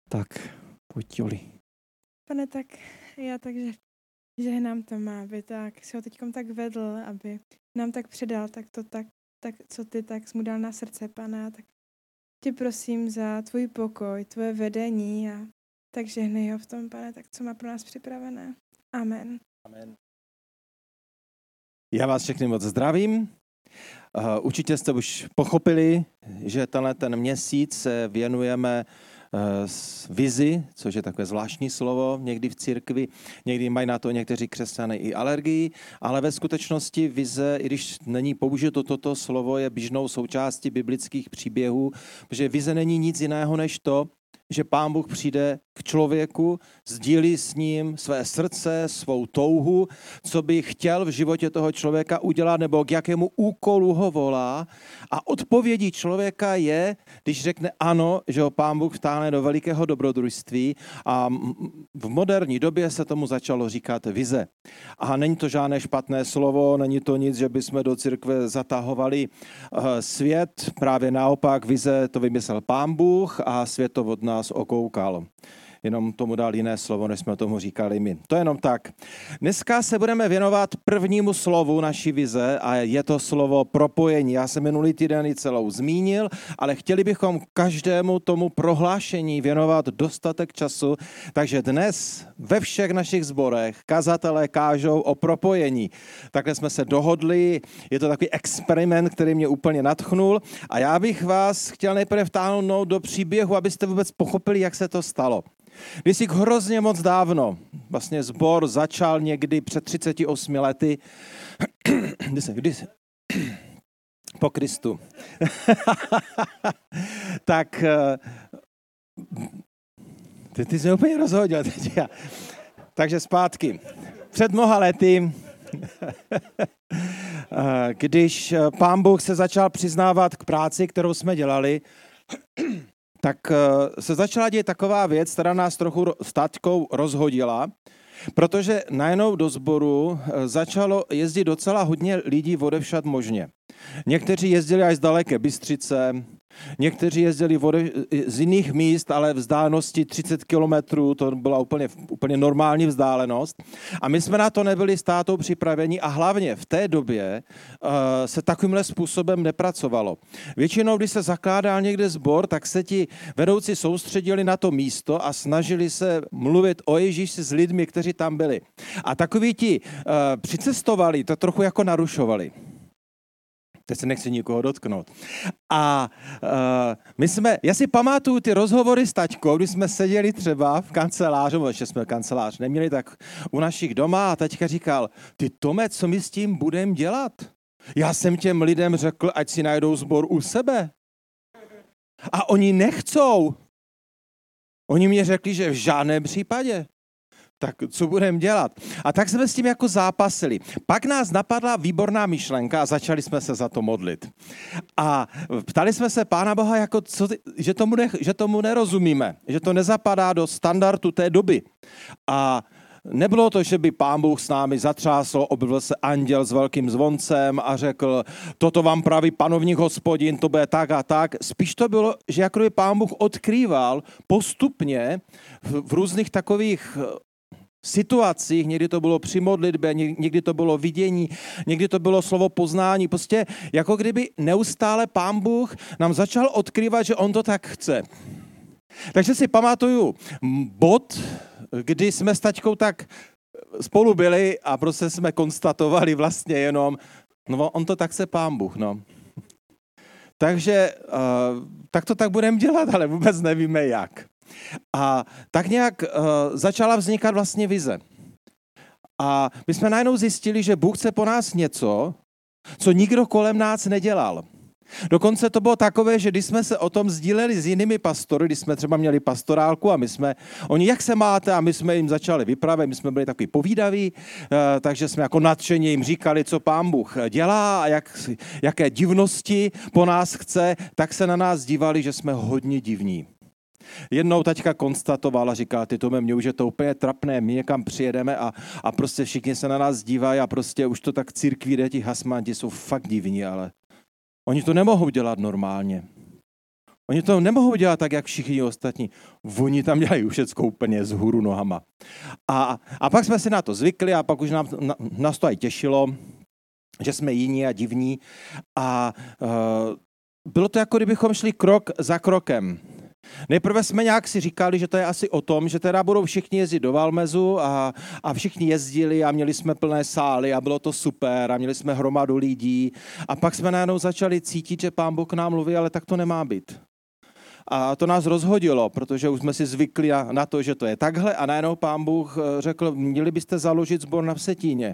Tak, pojď Joli. Pane, tak já takže žehnám Toma, aby tak si ho teďkom tak vedl, aby nám tak předal, tak co ty tak jsi mu dal na srdce, Pane, a tak tě prosím za tvůj pokoj, tvoje vedení a tak žehnej ho v tom, Pane, tak co má pro nás připravené. Amen. Amen. Já vás všechny moc zdravím. Určitě jste už pochopili, že ten měsíc se věnujeme vizi, což je takové zvláštní slovo někdy v církvi. Někdy mají na to někteří křesťané i alergii, ale ve skutečnosti vize, i když není použito toto slovo, je běžnou součástí biblických příběhů, protože vize není nic jiného než to, že Pán Bůh přijde k člověku, sdílí s ním své srdce, svou touhu, co by chtěl v životě toho člověka udělat, nebo k jakému úkolu ho volá. A odpovědí člověka je, když řekne ano, že ho Pán Bůh vtáhne do velikého dobrodružství. A v moderní době se tomu začalo říkat vize. A není to žádné špatné slovo, není to nic, že bychom do církve zatahovali svět. Právě naopak, vize to vymyslel Pán Bůh a svět to od nás okoukal. Jenom tomu dal jiné slovo, než jsme tomu říkali my. To je jenom tak. Dneska se budeme věnovat prvnímu slovu naší vize a je to slovo propojení. Já jsem minulý týden ji celou zmínil, ale chtěli bychom každému tomu prohlášení věnovat dostatek času, takže dnes ve všech našich sborech kazatelé kážou o propojení. Takhle jsme se dohodli, je to takový experiment, který mě úplně nadchnul a já bych vás chtěl nejprve vtáhnout do příběhu, abyste vůbec pochopili, jak se to stalo. Když hrozně moc dávno, vlastně sbor začal někdy před 38 lety, po Kristu, tak ty jsi mě úplně rozhodil teď. Takže zpátky. Před mnoha lety, když Pán Bůh se začal přiznávat k práci, kterou jsme dělali, tak se začala dělat taková věc, která nás trochu s taťkou rozhodila, protože najednou do sboru začalo jezdit docela hodně lidí odevšad možně. Někteří jezdili až z daleké Bystřice, někteří jezdili z jiných míst, ale vzdálenosti 30 kilometrů, to byla úplně normální vzdálenost. A my jsme na to nebyli s tátou připraveni a hlavně v té době se takovýmhle způsobem nepracovalo. Většinou, když se zakládal někde sbor, tak se ti vedoucí soustředili na to místo a snažili se mluvit o Ježíši s lidmi, kteří tam byli. A takoví ti přicestovali, to trochu jako narušovali. Teď se nechci nikoho dotknout. A já si pamatuju ty rozhovory s taťkou, když jsme seděli třeba v kanceláři, ještě jsme kancelář neměli, tak u našich doma a taťka říkal, ty Tome, co my s tím budeme dělat? Já jsem těm lidem řekl, ať si najdou sbor u sebe. A oni nechcou. Oni mě řekli, že v žádném případě. Tak co budeme dělat? A tak jsme s tím jako zápasili. Pak nás napadla výborná myšlenka a začali jsme se za to modlit. A ptali jsme se Pána Boha, jako že tomu nerozumíme, že to nezapadá do standardu té doby. A nebylo to, že by Pán Bůh s námi zatřásl, objevil se anděl s velkým zvoncem a řekl, toto vám praví panovník Hospodin, to bude tak a tak. Spíš to bylo, že jako by Pán Bůh odkrýval postupně v různých takových situacích, někdy to bylo při modlitbě, někdy to bylo vidění, někdy to bylo slovo poznání, prostě jako kdyby neustále Pán Bůh nám začal odkrývat, že on to tak chce. Takže si pamatuju bod, kdy jsme s taťkou tak spolu byli a prostě jsme konstatovali vlastně jenom, no on to tak chce Pán Bůh, no. Takže tak to tak budeme dělat, ale vůbec nevíme jak. A tak nějak začala vznikat vlastně vize. A my jsme najednou zjistili, že Bůh chce po nás něco, co nikdo kolem nás nedělal. Dokonce to bylo takové, že když jsme se o tom sdíleli s jinými pastory, když jsme třeba měli pastorálku a oni jak se máte a my jsme jim začali vyprávět, my jsme byli takový povídaví, takže jsme jako nadšeně jim říkali, co Pán Bůh dělá a jaké divnosti po nás chce, tak se na nás dívali, že jsme hodně divní. Jednou taťka konstatovala, říká, ty Tome, mně už je to úplně trapné, my někam přijedeme a prostě všichni se na nás dívají a prostě už to tak církví jde, ti hasmanti jsou fakt divní, ale oni to nemohou dělat normálně. Oni to nemohou dělat tak, jak všichni ostatní. Oni tam dělají všecko úplně z hůru nohama. A pak jsme si na to zvykli a pak už nás to aj těšilo, že jsme jiní a divní. A bylo to, jako kdybychom šli krok za krokem. Nejprve jsme nějak si říkali, že to je asi o tom, že teda budou všichni jezdit do Valmezu a všichni jezdili a měli jsme plné sály a bylo to super a měli jsme hromadu lidí. A pak jsme najednou začali cítit, že Pán Bůh k nám mluví, ale tak to nemá být. A to nás rozhodilo, protože už jsme si zvykli na to, že to je takhle a najednou Pán Bůh řekl, měli byste založit sbor na Vsetíně.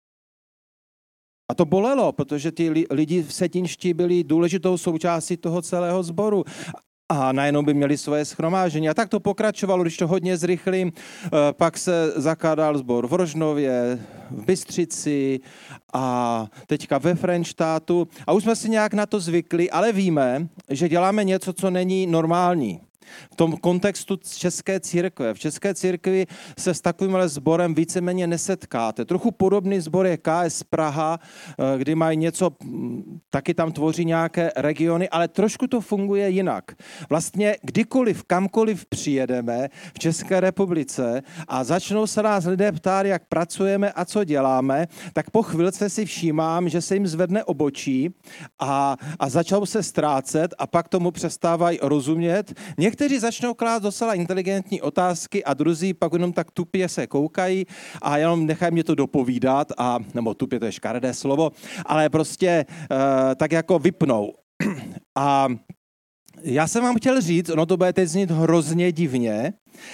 A to bolelo, protože ty lidi v Vsetínští byli důležitou součástí toho celého sboru. A najednou by měli svoje shromáždění. A tak to pokračovalo, když to hodně zrychlím. Pak se zakládal sbor v Rožnově, v Bystřici a teďka ve Frenštátu. A už jsme si nějak na to zvykli, ale víme, že děláme něco, co není normální. V tom kontextu české církve. V české církvi se s takovýmhle sborem víceméně nesetkáte. Trochu podobný sbor je KS Praha, kdy mají něco, taky tam tvoří nějaké regiony, ale trošku to funguje jinak. Vlastně kdykoliv, kamkoliv přijedeme v České republice a začnou se nás lidé ptát, jak pracujeme a co děláme, tak po chvilce si všímám, že se jim zvedne obočí a začnou se ztrácet a pak tomu přestávají rozumět. Někteří začnou klást docela inteligentní otázky a druzí pak jenom tak tupě se koukají a jenom nechají mě to dopovídat, nebo tupě to je škaredé slovo, ale prostě tak jako vypnou. A já jsem vám chtěl říct, ono to bude teď znít hrozně divně,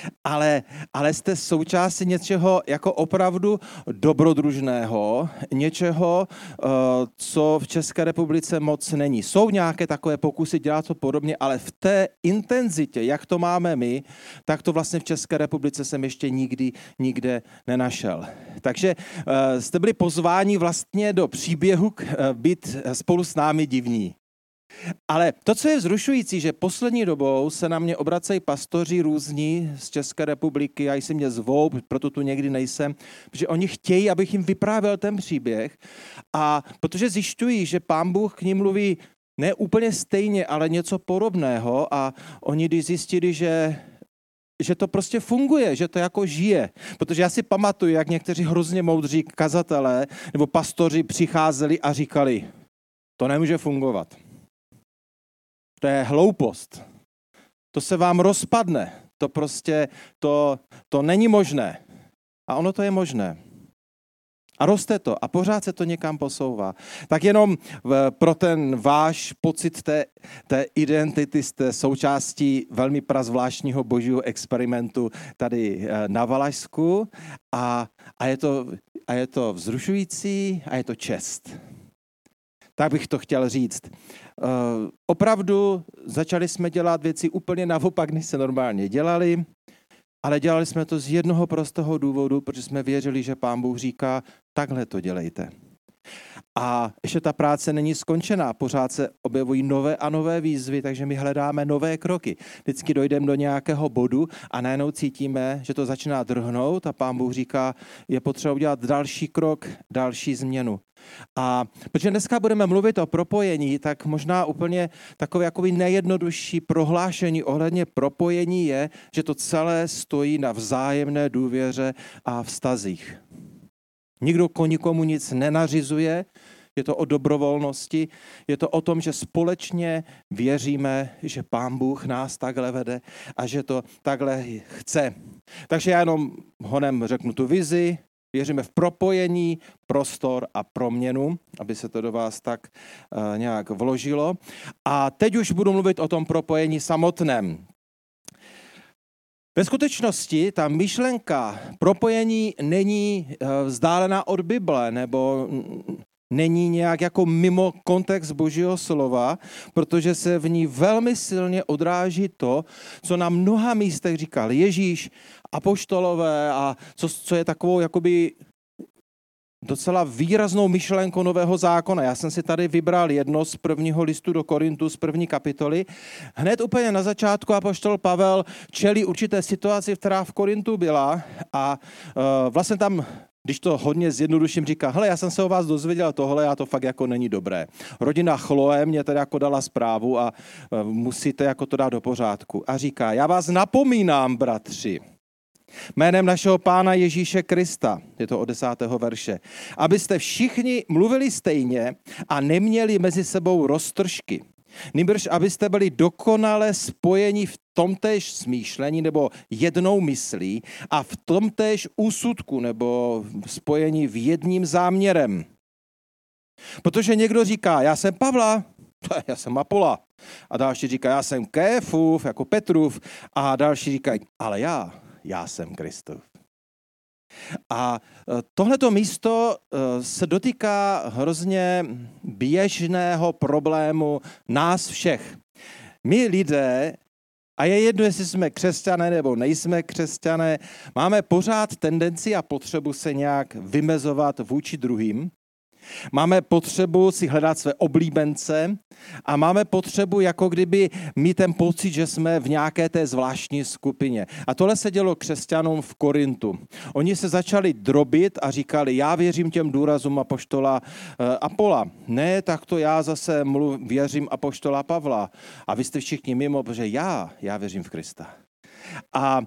ale jste součástí něčeho jako opravdu dobrodružného, něčeho, co v České republice moc není. Jsou nějaké takové pokusy dělat to podobně, ale v té intenzitě, jak to máme my, tak to vlastně v České republice jsem ještě nikde nenašel. Takže jste byli pozváni vlastně do příběhu být spolu s námi divní. Ale to, co je vzrušující, že poslední dobou se na mě obracejí pastoři různí z České republiky a si mě zvou, proto tu někdy nejsem, protože oni chtějí, abych jim vyprávěl ten příběh a protože zjišťují, že Pán Bůh k nim mluví ne úplně stejně, ale něco podobného a oni když zjistili, že to prostě funguje, že to jako žije. Protože já si pamatuju, jak někteří hrozně moudří kazatelé nebo pastoři přicházeli a říkali, to nemůže fungovat. To je hloupost. To se vám rozpadne. To prostě, to není možné. A ono to je možné. A roste to a pořád se to někam posouvá. Tak jenom pro ten váš pocit té identity jste součástí velmi prazvláštního božího experimentu tady na Valašsku a je to vzrušující a je to čest. Tak bych to chtěl říct. Opravdu začali jsme dělat věci úplně naopak, než se normálně dělali, ale dělali jsme to z jednoho prostého důvodu, protože jsme věřili, že Pán Bůh říká, takhle to dělejte. A ještě ta práce není skončená, pořád se objevují nové a nové výzvy, takže my hledáme nové kroky. Vždycky dojdeme do nějakého bodu a najednou cítíme, že to začíná drhnout a Pán Bůh říká, je potřeba udělat další krok, další změnu. A protože dneska budeme mluvit o propojení, tak možná úplně takové jakoby nejjednodušší prohlášení ohledně propojení je, že to celé stojí na vzájemné důvěře a vztazích. Nikdo nikomu nic nenařizuje, je to o dobrovolnosti, je to o tom, že společně věříme, že Pán Bůh nás takhle vede a že to takhle chce. Takže já jenom honem řeknu tu vizi, věříme v propojení, prostor a proměnu, aby se to do vás tak nějak vložilo. A teď už budu mluvit o tom propojení samotném. Ve skutečnosti ta myšlenka propojení není vzdálená od Bible, nebo není nějak jako mimo kontext Božího slova, protože se v ní velmi silně odráží to, co na mnoha místech říkal Ježíš, apoštolové a co je takovou jakoby docela výraznou myšlenkou Nového zákona. Já jsem si tady vybral jedno z prvního listu do Korintu, z první kapitoly. Hned úplně na začátku apoštol Pavel čelí určité situaci, která v Korintu byla a vlastně tam, když to hodně zjednoduším, říká, hele, já jsem se o vás dozvěděl tohle a to fakt jako není dobré. Rodina Chloe mě teda jako dala zprávu a musíte jako to dát do pořádku. A říká, já vás napomínám, bratři, jménem našeho Pána Ježíše Krista, je to od 10. verše, abyste všichni mluvili stejně a neměli mezi sebou roztržky. Nýbrž, abyste byli dokonale spojeni v tomtéž smýšlení nebo jednou myslí a v tomtéž úsudku nebo spojení v jedním záměrem. Protože někdo říká, já jsem Pavla, já jsem Apola. A další říká, já jsem Kéfův, jako Petrův. A další říkají, ale já jsem Kristův. A tohleto místo se dotýká hrozně běžného problému nás všech. My lidé, a je jedno, jestli jsme křesťané nebo nejsme křesťané, máme pořád tendenci a potřebu se nějak vymezovat vůči druhým. Máme potřebu si hledat své oblíbence a máme potřebu jako kdyby mít ten pocit, že jsme v nějaké té zvláštní skupině. A tohle se dělo křesťanům v Korintu. Oni se začali drobit a říkali, já věřím těm důrazům apoštola Apola. Ne, tak to já zase věřím apoštola Pavla. A vy jste všichni mimo, protože já věřím v Krista. A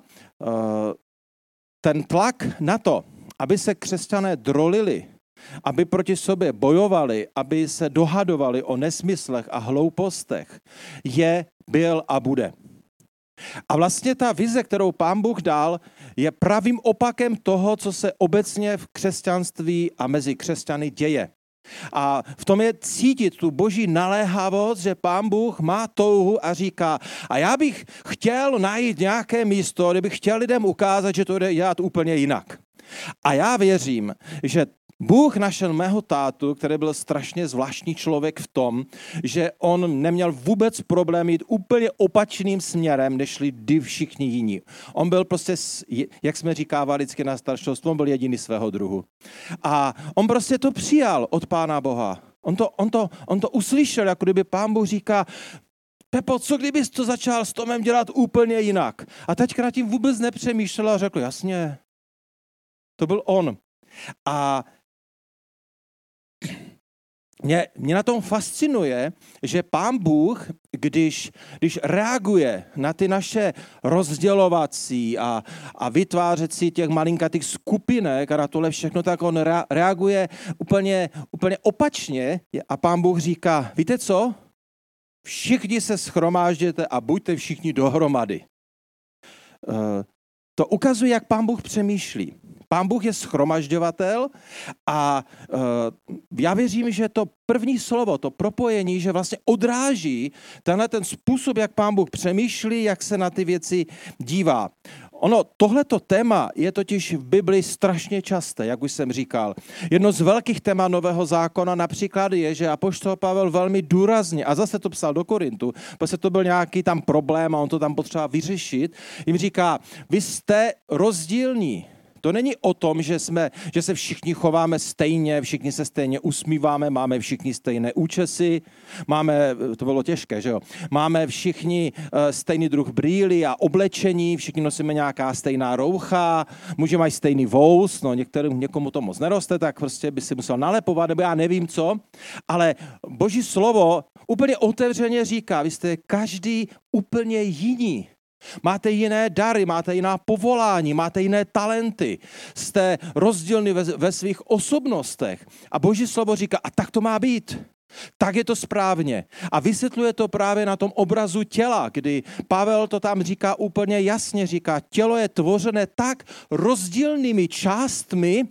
ten tlak na to, aby se křesťané drolili, aby proti sobě bojovali, aby se dohadovali o nesmyslech a hloupostech, byl a bude. A vlastně ta vize, kterou Pán Bůh dal, je pravým opakem toho, co se obecně v křesťanství a mezi křesťany děje. A v tom je cítit tu boží naléhavost, že Pán Bůh má touhu a říká, a já bych chtěl najít nějaké místo, kde bych chtěl lidem ukázat, že to jde dělat úplně jinak. A já věřím, že Bůh našel mého tátu, který byl strašně zvláštní člověk v tom, že on neměl vůbec problém jít úplně opačným směrem, než šli všichni jiní. On byl prostě, jak jsme říkávali vždycky na staršost, on byl jediný svého druhu. A on prostě to přijal od Pána Boha. On to uslyšel, jako kdyby Pán Bůh říká, Pepo, co kdybys to začal s Tomem dělat úplně jinak? A teďka nad tím vůbec nepřemýšlel a řekl, jasně, to byl on. A mě na tom fascinuje, že Pán Bůh, když reaguje na ty naše rozdělovací a vytvářecí těch malinkatých skupinek a na tohle všechno, tak on reaguje úplně opačně a Pán Bůh říká, víte co? Všichni se shromážděte a buďte všichni dohromady. To ukazuje, jak Pán Bůh přemýšlí. Pán Bůh je shromažďovatel a já věřím, že to první slovo, to propojení, že vlastně odráží tenhle ten způsob, jak Pán Bůh přemýšlí, jak se na ty věci dívá. Tohleto téma je totiž v Biblii strašně časté, jak už jsem říkal. Jedno z velkých témat Nového zákona například je, že apoštol Pavel velmi důrazně, a zase to psal do Korintu, protože to byl nějaký tam problém a on to tam potřeba vyřešit, jim říká, vy jste rozdílní. To není o tom, že se všichni chováme stejně, všichni se stejně usmíváme, máme všichni stejné účesy, to bylo těžké, že jo? Máme všichni stejný druh brýlí a oblečení, všichni nosíme nějaká stejná roucha, muži mají stejný vous, někomu to moc neroste, tak prostě by si musel nalepovat, nebo já nevím co, ale Boží slovo úplně otevřeně říká, vy jste každý úplně jiní. Máte jiné dary, máte jiná povolání, máte jiné talenty, jste rozdílní ve svých osobnostech. A Boží slovo říká, a tak to má být. Tak je to správně. A vysvětluje to právě na tom obrazu těla, kdy Pavel to tam říká úplně jasně, říká, tělo je tvořené tak rozdílnými částmi,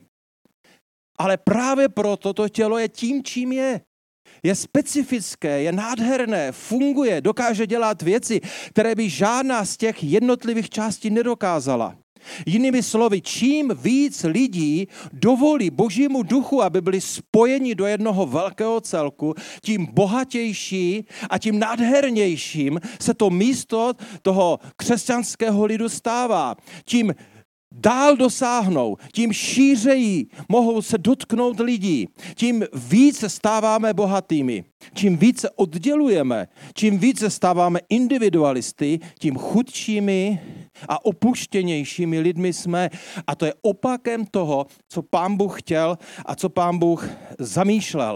ale právě proto to tělo je tím, čím je. Je specifické, je nádherné, funguje, dokáže dělat věci, které by žádná z těch jednotlivých částí nedokázala. Jinými slovy, čím víc lidí dovolí Božímu duchu, aby byli spojeni do jednoho velkého celku, tím bohatější a tím nádhernějším se to místo toho křesťanského lidu stává. Tím dál dosáhnou, tím šířejí mohou se dotknout lidí, tím více stáváme bohatými, čím více oddělujeme, čím více stáváme individualisty, tím chudšími a opuštěnějšími lidmi jsme. A to je opakem toho, co Pán Bůh chtěl a co Pán Bůh zamýšlel.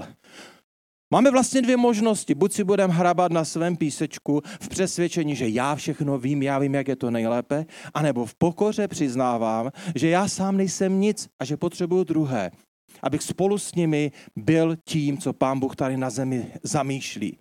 Máme vlastně dvě možnosti. Buď si budeme hrabat na svém písečku v přesvědčení, že já všechno vím, já vím, jak je to nejlépe, anebo v pokoře přiznávám, že já sám nejsem nic a že potřebuju druhé, abych spolu s nimi byl tím, co Pán Bůh tady na zemi zamýšlí.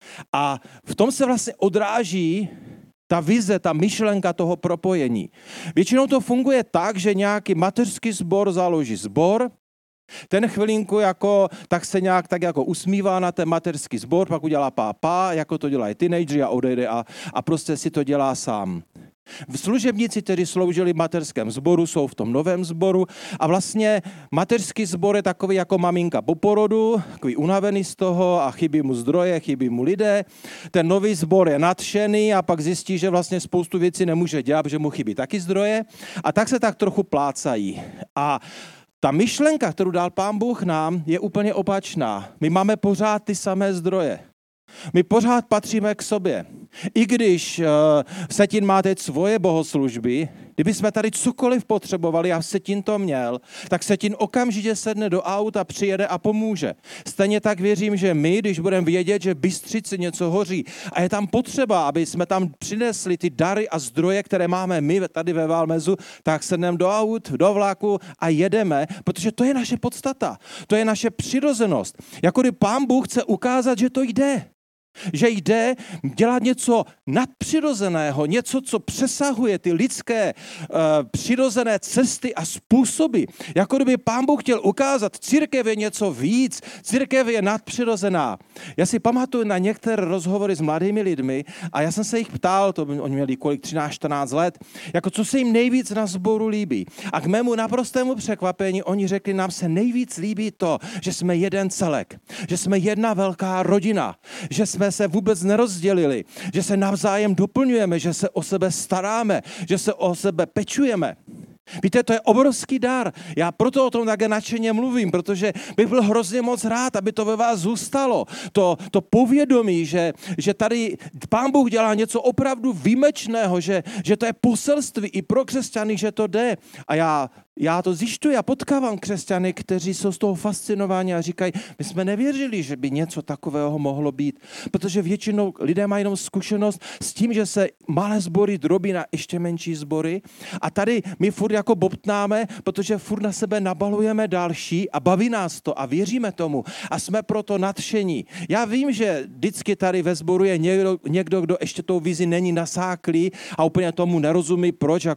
A v tom se vlastně odráží ta vize, ta myšlenka toho propojení. Většinou to funguje tak, že nějaký mateřský sbor založí sbor, ten chvilinku tak se nějak tak jako usmívá na ten mateřský sbor, pak udělá pá, jako to dělají teenageři a odejde a prostě si to dělá sám. Služebníci, kteří sloužili v mateřském sboru, jsou v tom novém sboru a vlastně mateřský sbor je takový jako maminka po porodu, takový unavený z toho a chybí mu zdroje, chybí mu lidé. Ten nový sbor je nadšený a pak zjistí, že vlastně spoustu věcí nemůže dělat, že mu chybí taky zdroje a tak se tak trochu plácají. A ta myšlenka, kterou dal Pán Bůh nám, je úplně opačná. My máme pořád ty samé zdroje. My pořád patříme k sobě. I když Vsetín má teď svoje bohoslužby, kdyby jsme tady cokoliv potřebovali a Vsetín to měl, tak Vsetín okamžitě sedne do auta, přijede a pomůže. Stejně tak věřím, že my, když budeme vědět, že v Bystřici něco hoří a je tam potřeba, aby jsme tam přinesli ty dary a zdroje, které máme my tady ve Valmezu, tak sedneme do aut, do vlaku a jedeme, protože to je naše podstata, to je naše přirozenost. Jako kdy Pán Bůh chce ukázat, že to jde. Že jde dělat něco nadpřirozeného, něco, co přesahuje ty lidské přirozené cesty a způsoby. Jako kdyby Pán Bůh chtěl ukázat, církev je něco víc, církev je nadpřirozená. Já si pamatuju na některé rozhovory s mladými lidmi a já jsem se jich ptal, oni měli kolik, 13-14 let, jako co se jim nejvíc na sboru líbí. A k mému naprostému překvapení oni řekli, nám se nejvíc líbí to, že jsme jeden celek, že jsme jedna velká rodina, že jsme se vůbec nerozdělili, že se navzájem doplňujeme, že se o sebe staráme, že se o sebe pečujeme. Víte, to je obrovský dar. Já proto o tom také nadšeně mluvím, protože bych byl hrozně moc rád, aby to ve vás zůstalo. To povědomí, že tady Pán Bůh dělá něco opravdu výjimečného, že to je poselství i pro křesťany, že to jde. A já to zjišťuji a potkávám křesťany, kteří jsou z toho fascinováni a říkají, my jsme nevěřili, že by něco takového mohlo být, protože většinou lidé mají jenom zkušenost s tím, že se malé sbory drobí na ještě menší sbory a tady my furt jako bobtnáme, protože furt na sebe nabalujeme další a baví nás to a věříme tomu a jsme proto nadšení. Já vím, že vždycky tady ve sboru je někdo, kdo ještě tou vizi není nasáklý a úplně tomu nerozumí,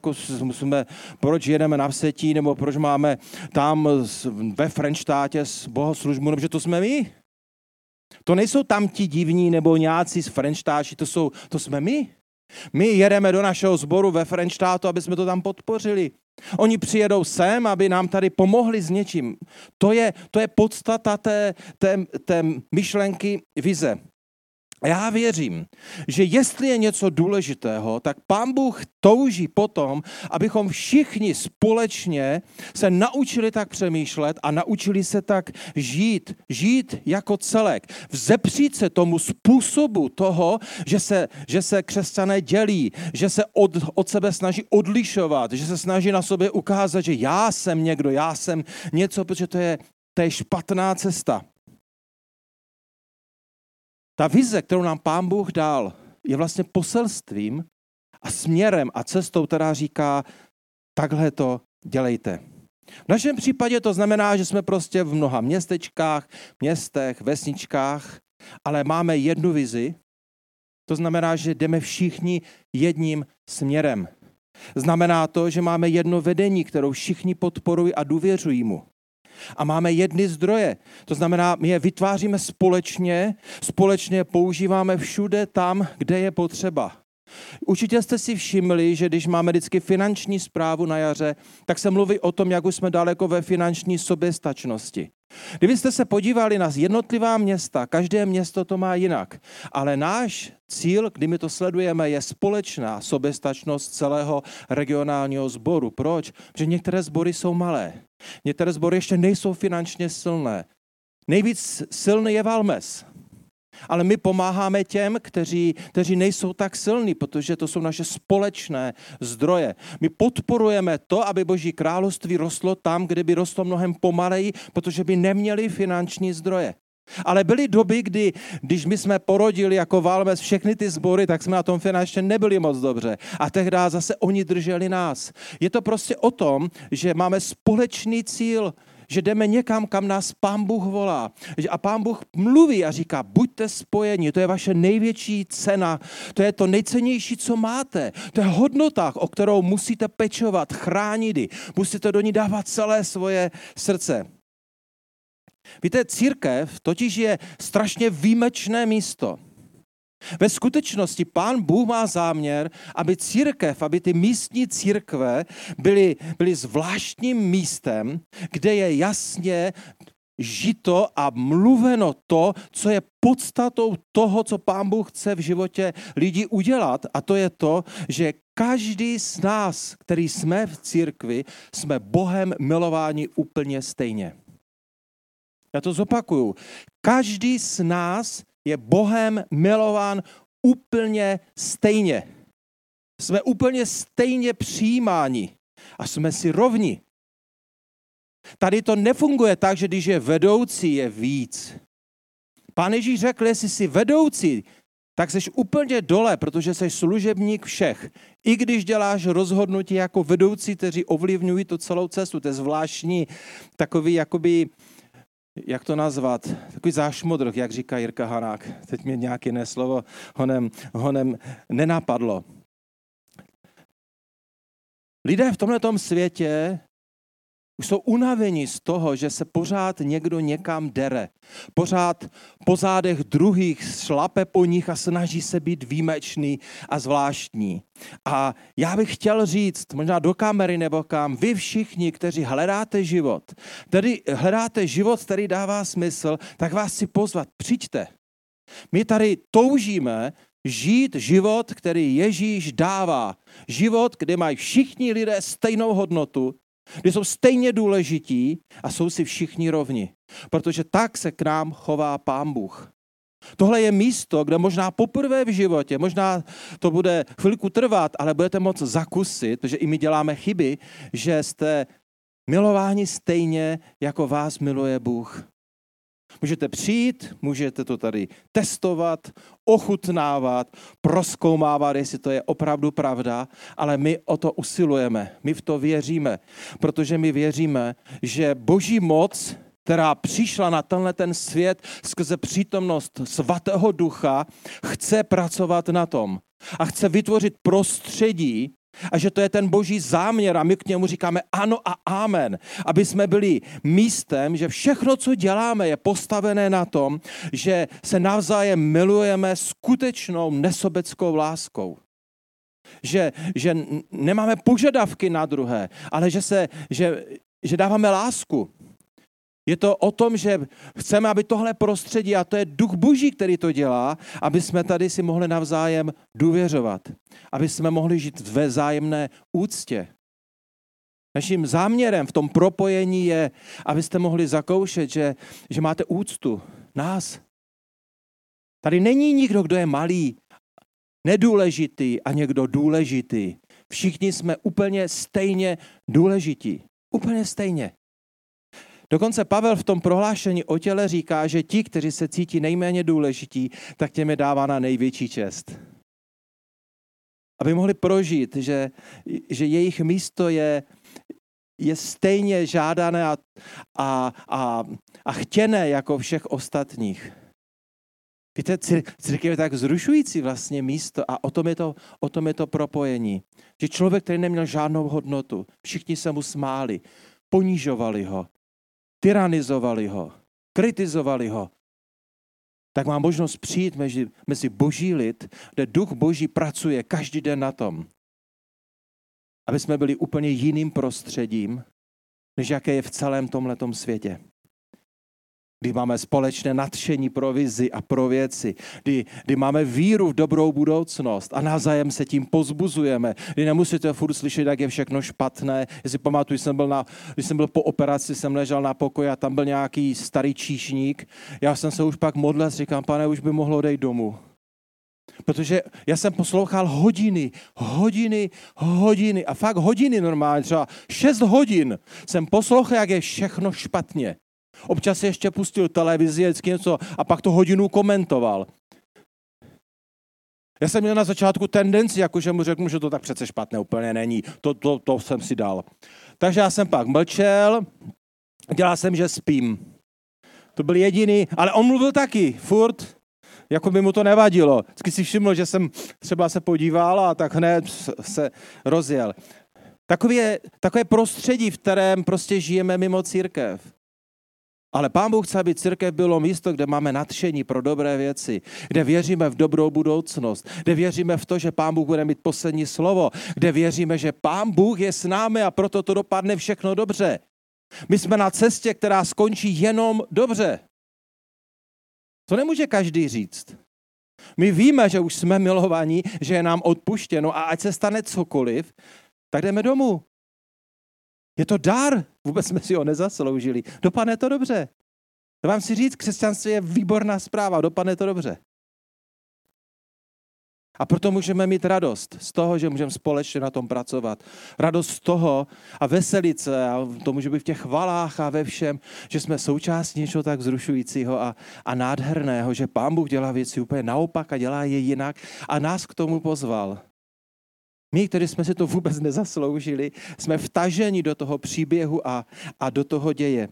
proč jedeme na Vsetí, nebo proč máme tam ve Frenštátě bohoslužbu, nebo že to jsme my. To nejsou tam ti divní nebo nějací z Frenštáči, to jsme my. My jedeme do našeho sboru ve Frenštátu, aby jsme to tam podpořili. Oni přijedou sem, aby nám tady pomohli s něčím. To je podstata té myšlenky vize. A já věřím, že jestli je něco důležitého, tak Pán Bůh touží potom, abychom všichni společně se naučili tak přemýšlet a naučili se tak žít jako celek. Vzepřít se tomu způsobu toho, že se křesťané dělí, že se od sebe snaží odlišovat, že se snaží na sobě ukázat, že já jsem někdo, já jsem něco, protože to je špatná cesta. Ta vize, kterou nám Pán Bůh dal, je vlastně poselstvím a směrem a cestou, která říká, takhle to dělejte. V našem případě to znamená, že jsme prostě v mnoha městečkách, městech, vesničkách, ale máme jednu vizi. To znamená, že jdeme všichni jedním směrem. Znamená to, že máme jedno vedení, kterou všichni podporují a důvěřují mu. A máme jedny zdroje. To znamená, my je vytváříme společně používáme všude tam, kde je potřeba. Určitě jste si všimli, že když máme vždycky finanční správu na jaře, tak se mluví o tom, jak už jsme daleko ve finanční soběstačnosti. Kdybyste se podívali na jednotlivá města, každé město to má jinak, ale náš cíl, kdy my to sledujeme, je společná soběstačnost celého regionálního sboru. Proč? Protože některé sbory jsou malé, některé sbory ještě nejsou finančně silné. Nejvíc silný je Valmes. Ale my pomáháme těm, kteří nejsou tak silní, protože to jsou naše společné zdroje. My podporujeme to, aby Boží království rostlo tam, kde by rostlo mnohem pomaleji, protože by neměli finanční zdroje. Ale byly doby, když my jsme porodili jako Valmes všechny ty sbory, tak jsme na tom finančně nebyli moc dobře. A tehdy zase oni drželi nás. Je to prostě o tom, že máme společný cíl, že jdeme někam, kam nás Pán Bůh volá. A Pán Bůh mluví a říká, buďte spojeni, to je vaše největší cena, to je to nejcennější, co máte. To je hodnota, o kterou musíte pečovat, chránit ji, musíte do ní dávat celé svoje srdce. Víte, církev totiž je strašně výjimečné místo. Ve skutečnosti Pán Bůh má záměr, aby církev, aby ty místní církve byly zvláštním místem, kde je jasně žito a mluveno to, co je podstatou toho, co Pán Bůh chce v životě lidí udělat. A to je to, že každý z nás, který jsme v církvi, jsme Bohem milováni úplně stejně. Já to zopakuju. Každý z nás je Bohem milován úplně stejně. Jsme úplně stejně přijímáni a jsme si rovni. Tady to nefunguje tak, že když je vedoucí, je víc. Pán Ježíš řekl, jestli jsi vedoucí, tak jsi úplně dole, protože jsi služebník všech. I když děláš rozhodnutí jako vedoucí, kteří ovlivňují tu celou cestu, to je zvláštní takový jakoby, jak to nazvat, takový zášmodrh, jak říká Jirka Hanák. Teď mě nějaké jiné slovo honem nenapadlo. Lidé v tomhletom světě už jsou unavení z toho, že se pořád někdo někam dere. Pořád po zádech druhých šlape po nich a snaží se být výjimečný a zvláštní. A já bych chtěl říct, možná do kamery nebo kam, vy všichni, kteří hledáte život, který dává smysl, tak vás chci pozvat, přijďte. My tady toužíme žít život, který Ježíš dává. Život, kde mají všichni lidé stejnou hodnotu, kdy jsou stejně důležití a jsou si všichni rovni. Protože tak se k nám chová Pán Bůh. Tohle je místo, kde možná poprvé v životě, možná to bude chvilku trvat, ale budete moct zakusit, protože i my děláme chyby, že jste milováni stejně, jako vás miluje Bůh. Můžete přijít, můžete to tady testovat, ochutnávat, prozkoumávat, jestli to je opravdu pravda, ale my o to usilujeme, my v to věříme, protože my věříme, že Boží moc, která přišla na ten svět skrze přítomnost Svatého Ducha, chce pracovat na tom a chce vytvořit prostředí, a že to je ten Boží záměr a my k němu říkáme ano a amen, aby jsme byli místem, že všechno, co děláme, je postavené na tom, že se navzájem milujeme skutečnou nesobeckou láskou. Že nemáme požadavky na druhé, ale že dáváme lásku. Je to o tom, že chceme, aby tohle prostředí, a to je Duch Boží, který to dělá, aby jsme tady si mohli navzájem důvěřovat. Aby jsme mohli žít ve vzájemné úctě. Naším záměrem v tom propojení je, abyste mohli zakoušet, že máte úctu nás. Tady není nikdo, kdo je malý, nedůležitý a někdo důležitý. Všichni jsme úplně stejně důležití. Úplně stejně. Dokonce Pavel v tom prohlášení o těle říká, že ti, kteří se cítí nejméně důležití, tak těm je dávána největší čest. Aby mohli prožít, že jejich místo je stejně žádané a chtěné jako všech ostatních. Víte, církev je tak zrušující vlastně místo a o tom je to propojení. Že člověk, který neměl žádnou hodnotu, všichni se mu smáli, ponižovali ho, tyranizovali ho, kritizovali ho, tak má možnost přijít mezi Boží lid, kde Duch Boží pracuje každý den na tom, aby jsme byli úplně jiným prostředím, než jaké je v celém tomhletom světě. kdy máme společné nadšení pro vizi a pro věci, kdy máme víru v dobrou budoucnost a navzájem se tím pozbuzujeme, kdy nemusíte furt slyšet, jak je všechno špatné. Jestli pamatuju, když jsem byl po operaci, jsem ležel na pokoji a tam byl nějaký starý číšník. Já jsem se už pak modlil, říkám, Pane, už by mohlo odejít domů. Protože já jsem poslouchal hodiny a fakt hodiny normálně, třeba 6 hodin jsem poslouchal, jak je všechno špatně. Občas ještě pustil televizi, vždycky něco a pak to hodinu komentoval. Já jsem měl na začátku tendenci, jakože mu řeknu, že to tak přece špatné úplně není. To jsem si dal. Takže já jsem pak mlčel, dělal jsem, že spím. To byl jediný, ale on mluvil taky, furt, jako by mu to nevadilo. Vždycky si všiml, že jsem třeba se podíval a tak hned se rozjel. Takové prostředí, v kterém prostě žijeme mimo církev. Ale Pán Bůh chce, aby církev bylo místo, kde máme nadšení pro dobré věci, kde věříme v dobrou budoucnost, kde věříme v to, že Pán Bůh bude mít poslední slovo, kde věříme, že Pán Bůh je s námi a proto to dopadne všechno dobře. My jsme na cestě, která skončí jenom dobře. To nemůže každý říct. My víme, že už jsme milovaní, že je nám odpuštěno a ať se stane cokoliv, tak jdeme domů. Je to dar, vůbec jsme si ho nezasloužili. Dopadne to dobře. To vám si říct, křesťanství je výborná zpráva, dopadne to dobře. A proto můžeme mít radost z toho, že můžeme společně na tom pracovat. Radost z toho a veselit se, a to může být v těch chvalách a ve všem, že jsme součástí něčeho tak vzrušujícího a nádherného, že Pán Bůh dělá věci úplně naopak a dělá je jinak a nás k tomu pozval. My, kteří jsme si to vůbec nezasloužili, jsme vtaženi do toho příběhu a do toho děje.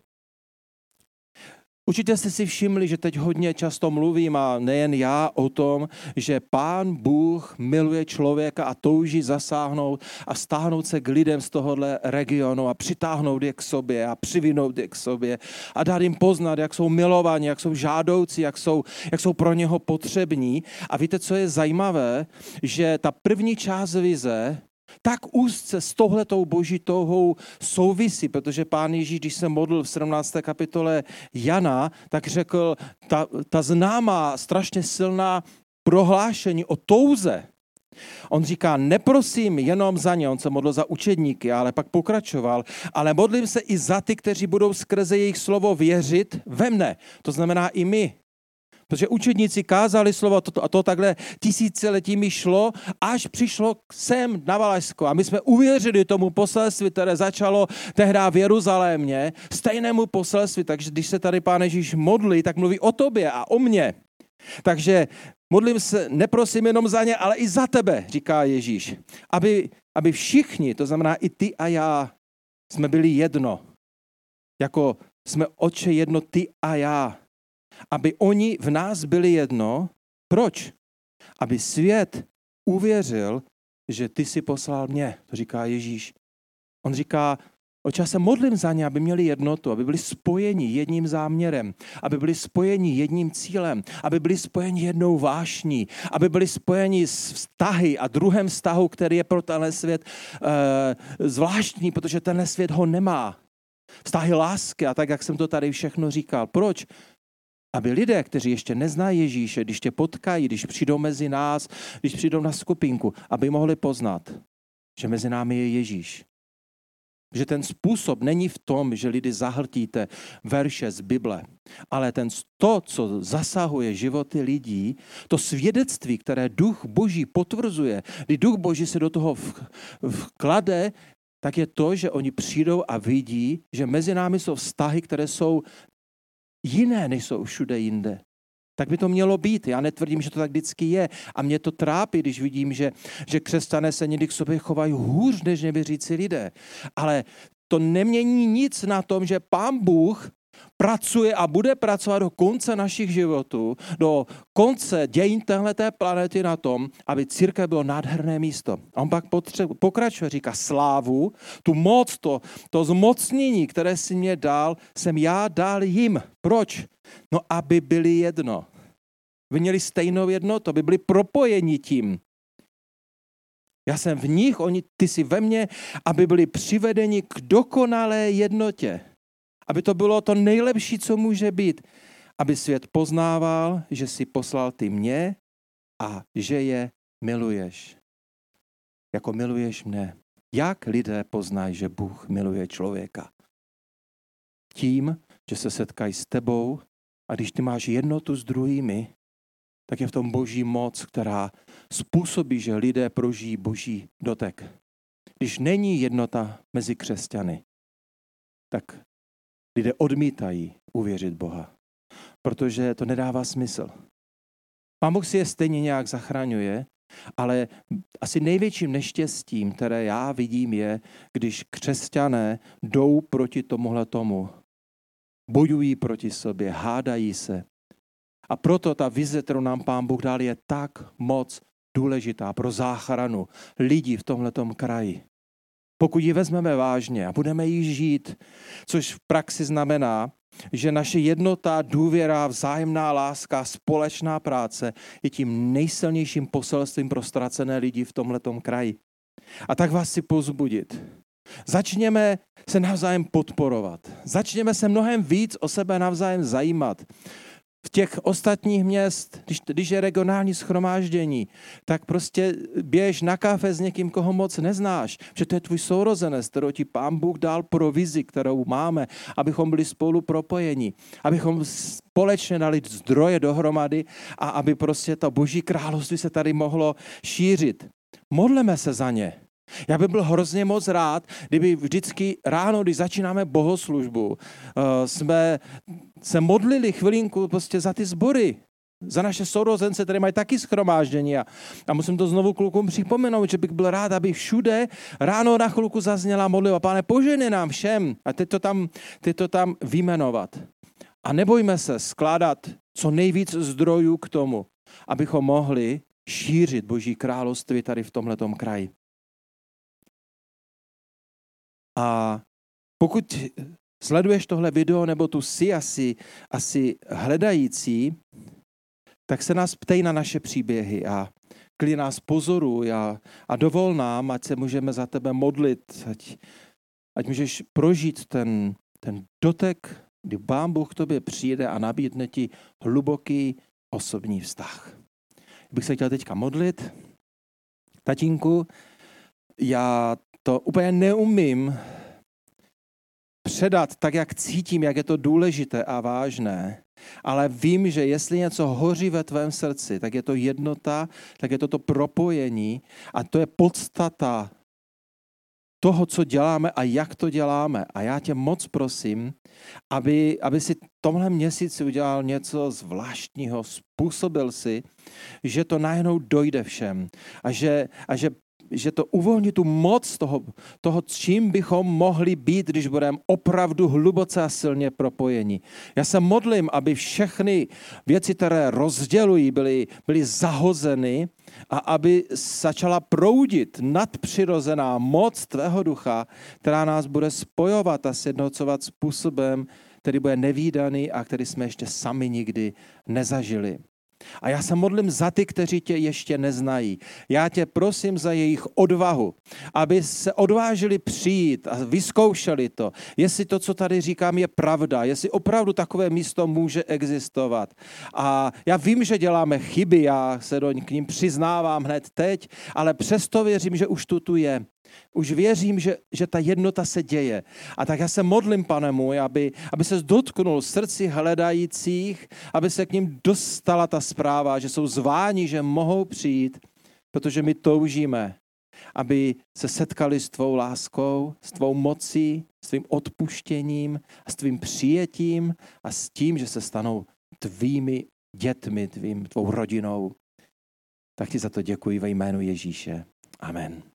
Určitě jste si všimli, že teď hodně často mluvím, a nejen já, o tom, že Pán Bůh miluje člověka a touží zasáhnout a stáhnout se k lidem z tohohle regionu a přitáhnout je k sobě a přivinout je k sobě a dát jim poznat, jak jsou milovaní, jak jsou žádoucí, jak jsou pro něho potřební. A víte, co je zajímavé? Že ta první část vize tak úzce s touhletou boží touhou souvisí, protože Pán Ježíš, když se modlil v 17. kapitole Jana, tak řekl ta známá, strašně silná prohlášení o touze. On říká, neprosím jenom za ně, on se modlil za učedníky, ale pak pokračoval, ale modlím se i za ty, kteří budou skrze jejich slovo věřit ve mne. To znamená i my. Protože učedníci kázali slovo a to takhle tisíciletími šlo, až přišlo sem na Valašsko. A my jsme uvěřili tomu poselství, které začalo tehdy v Jeruzalémě, stejnému poselství. Takže když se tady Pán Ježíš modlí, tak mluví o tobě a o mně. Takže modlím se, neprosím jenom za ně, ale i za tebe, říká Ježíš. Aby všichni, to znamená i ty a já, jsme byli jedno. Jako jsme Otče jedno, ty a já. Aby oni v nás byli jedno. Proč? Aby svět uvěřil, že ty jsi poslal mě, to říká Ježíš. On říká, Otče, já se modlím za ně, aby měli jednotu, aby byli spojeni jedním záměrem, aby byli spojeni jedním cílem, aby byli spojeni jednou vášní, aby byli spojeni s vztahy a druhém vztahu, který je pro tenhle svět zvláštní, protože tenhle svět ho nemá. Vztahy lásky a tak, jak jsem to tady všechno říkal. Proč? Aby lidé, kteří ještě neznají Ježíše, když tě potkají, když přijdou mezi nás, když přijdou na skupinku, aby mohli poznat, že mezi námi je Ježíš. Že ten způsob není v tom, že lidi zahltíte verše z Bible, ale to, co zasahuje životy lidí, to svědectví, které Duch Boží potvrzuje, kdy Duch Boží se do toho vklade, tak je to, že oni přijdou a vidí, že mezi námi jsou vztahy, které jsou jiné, než jsou všude jinde. Tak by to mělo být. Já netvrdím, že to tak vždycky je. A mě to trápí, když vidím, že křesťané se někdy k sobě chovají hůř, než nevěřící lidé. Ale to nemění nic na tom, že Pán Bůh pracuje a bude pracovat do konce našich životů, do konce dějin téhleté planety na tom, aby církev bylo nádherné místo. A on pak pokračuje, říká slávu, tu moc, to zmocnění, které si mě dal, jsem já dal jim. Proč? No, aby byli jedno. Aby měli stejnou jednotu, aby byli propojeni tím. Já jsem v nich, ty jsi ve mně, aby byli přivedeni k dokonalé jednotě. Aby to bylo to nejlepší, co může být. Aby svět poznával, že jsi poslal ty mě a že je miluješ. Jako miluješ mne. Jak lidé poznají, že Bůh miluje člověka? Tím, že se setkají s tebou a když ty máš jednotu s druhými, tak je v tom boží moc, která způsobí, že lidé prožijí boží dotek. Když není jednota mezi křesťany, tak lidé odmítají uvěřit Boha, protože to nedává smysl. Pán Bůh si je stejně nějak zachraňuje, ale asi největším neštěstím, které já vidím, je, když křesťané jdou proti tomuhle tomu. Bojují proti sobě, hádají se. A proto ta vize, kterou nám Pán Bůh dal, je tak moc důležitá pro záchranu lidí v tomhletom kraji. Pokud ji vezmeme vážně a budeme ji žít, což v praxi znamená, že naše jednota, důvěra, vzájemná láska, společná práce je tím nejsilnějším poselstvím pro ztracené lidi v tomhletom kraji. A tak vás chci povzbudit. Začněme se navzájem podporovat. Začněme se mnohem víc o sebe navzájem zajímat. V těch ostatních měst, když je regionální shromáždění, tak prostě běž na kafe s někým, koho moc neznáš, že to je tvůj sourozenec, kterou ti Pán Bůh dal pro vizi, kterou máme, abychom byli spolu propojeni, abychom společně dali zdroje dohromady a aby prostě to Boží království se tady mohlo šířit. Modleme se za ně. Já bych byl hrozně moc rád, kdyby vždycky ráno, když začínáme bohoslužbu, jsme se modlili chvilinku prostě za ty sbory, za naše sourozence, které mají taky shromáždění. A musím to znovu klukům připomenout, že bych byl rád, aby všude ráno na chvilku zazněla modlitba. Pane, požehnej nám všem a teď to tam vyjmenovat. A nebojme se skládat co nejvíc zdrojů k tomu, abychom mohli šířit Boží království tady v tomhletom kraji. A pokud sleduješ tohle video, nebo tu jsi asi hledající, tak se nás ptej na naše příběhy a klidně nás pozoruj a dovol nám, ať se můžeme za tebe modlit, ať můžeš prožít ten dotek, kdy Pán Bůh k tobě přijde a nabídne ti hluboký osobní vztah. Bych se chtěl teďka modlit. Tatínku, já to úplně neumím předat tak, jak cítím, jak je to důležité a vážné, ale vím, že jestli něco hoří ve tvém srdci, tak je to jednota, tak je to propojení a to je podstata toho, co děláme a jak to děláme. A já tě moc prosím, aby si tomhle měsíci udělal něco zvláštního, způsobil si, že to najednou dojde všem a že to uvolní tu moc toho, čím bychom mohli být, když budeme opravdu hluboce a silně propojeni. Já se modlím, aby všechny věci, které rozdělují, byly zahozeny a aby začala proudit nadpřirozená moc tvého ducha, která nás bude spojovat a sjednocovat způsobem, který bude nevídaný a který jsme ještě sami nikdy nezažili. A já se modlím za ty, kteří tě ještě neznají. Já tě prosím za jejich odvahu, aby se odvážili přijít a vyzkoušeli to, jestli to, co tady říkám, je pravda, jestli opravdu takové místo může existovat. A já vím, že děláme chyby, já se k ním přiznávám hned teď, ale přesto věřím, že už tu je. Už věřím, že ta jednota se děje. A tak já se modlím, Pane můj, aby se dotknul srdci hledajících, aby se k ním dostala ta zpráva, že jsou zváni, že mohou přijít, protože my toužíme, aby se setkali s tvou láskou, s tvou mocí, s tvým odpuštěním, s tvým přijetím a s tím, že se stanou tvými dětmi, tvou rodinou. Tak ti za to děkuji ve jménu Ježíše. Amen.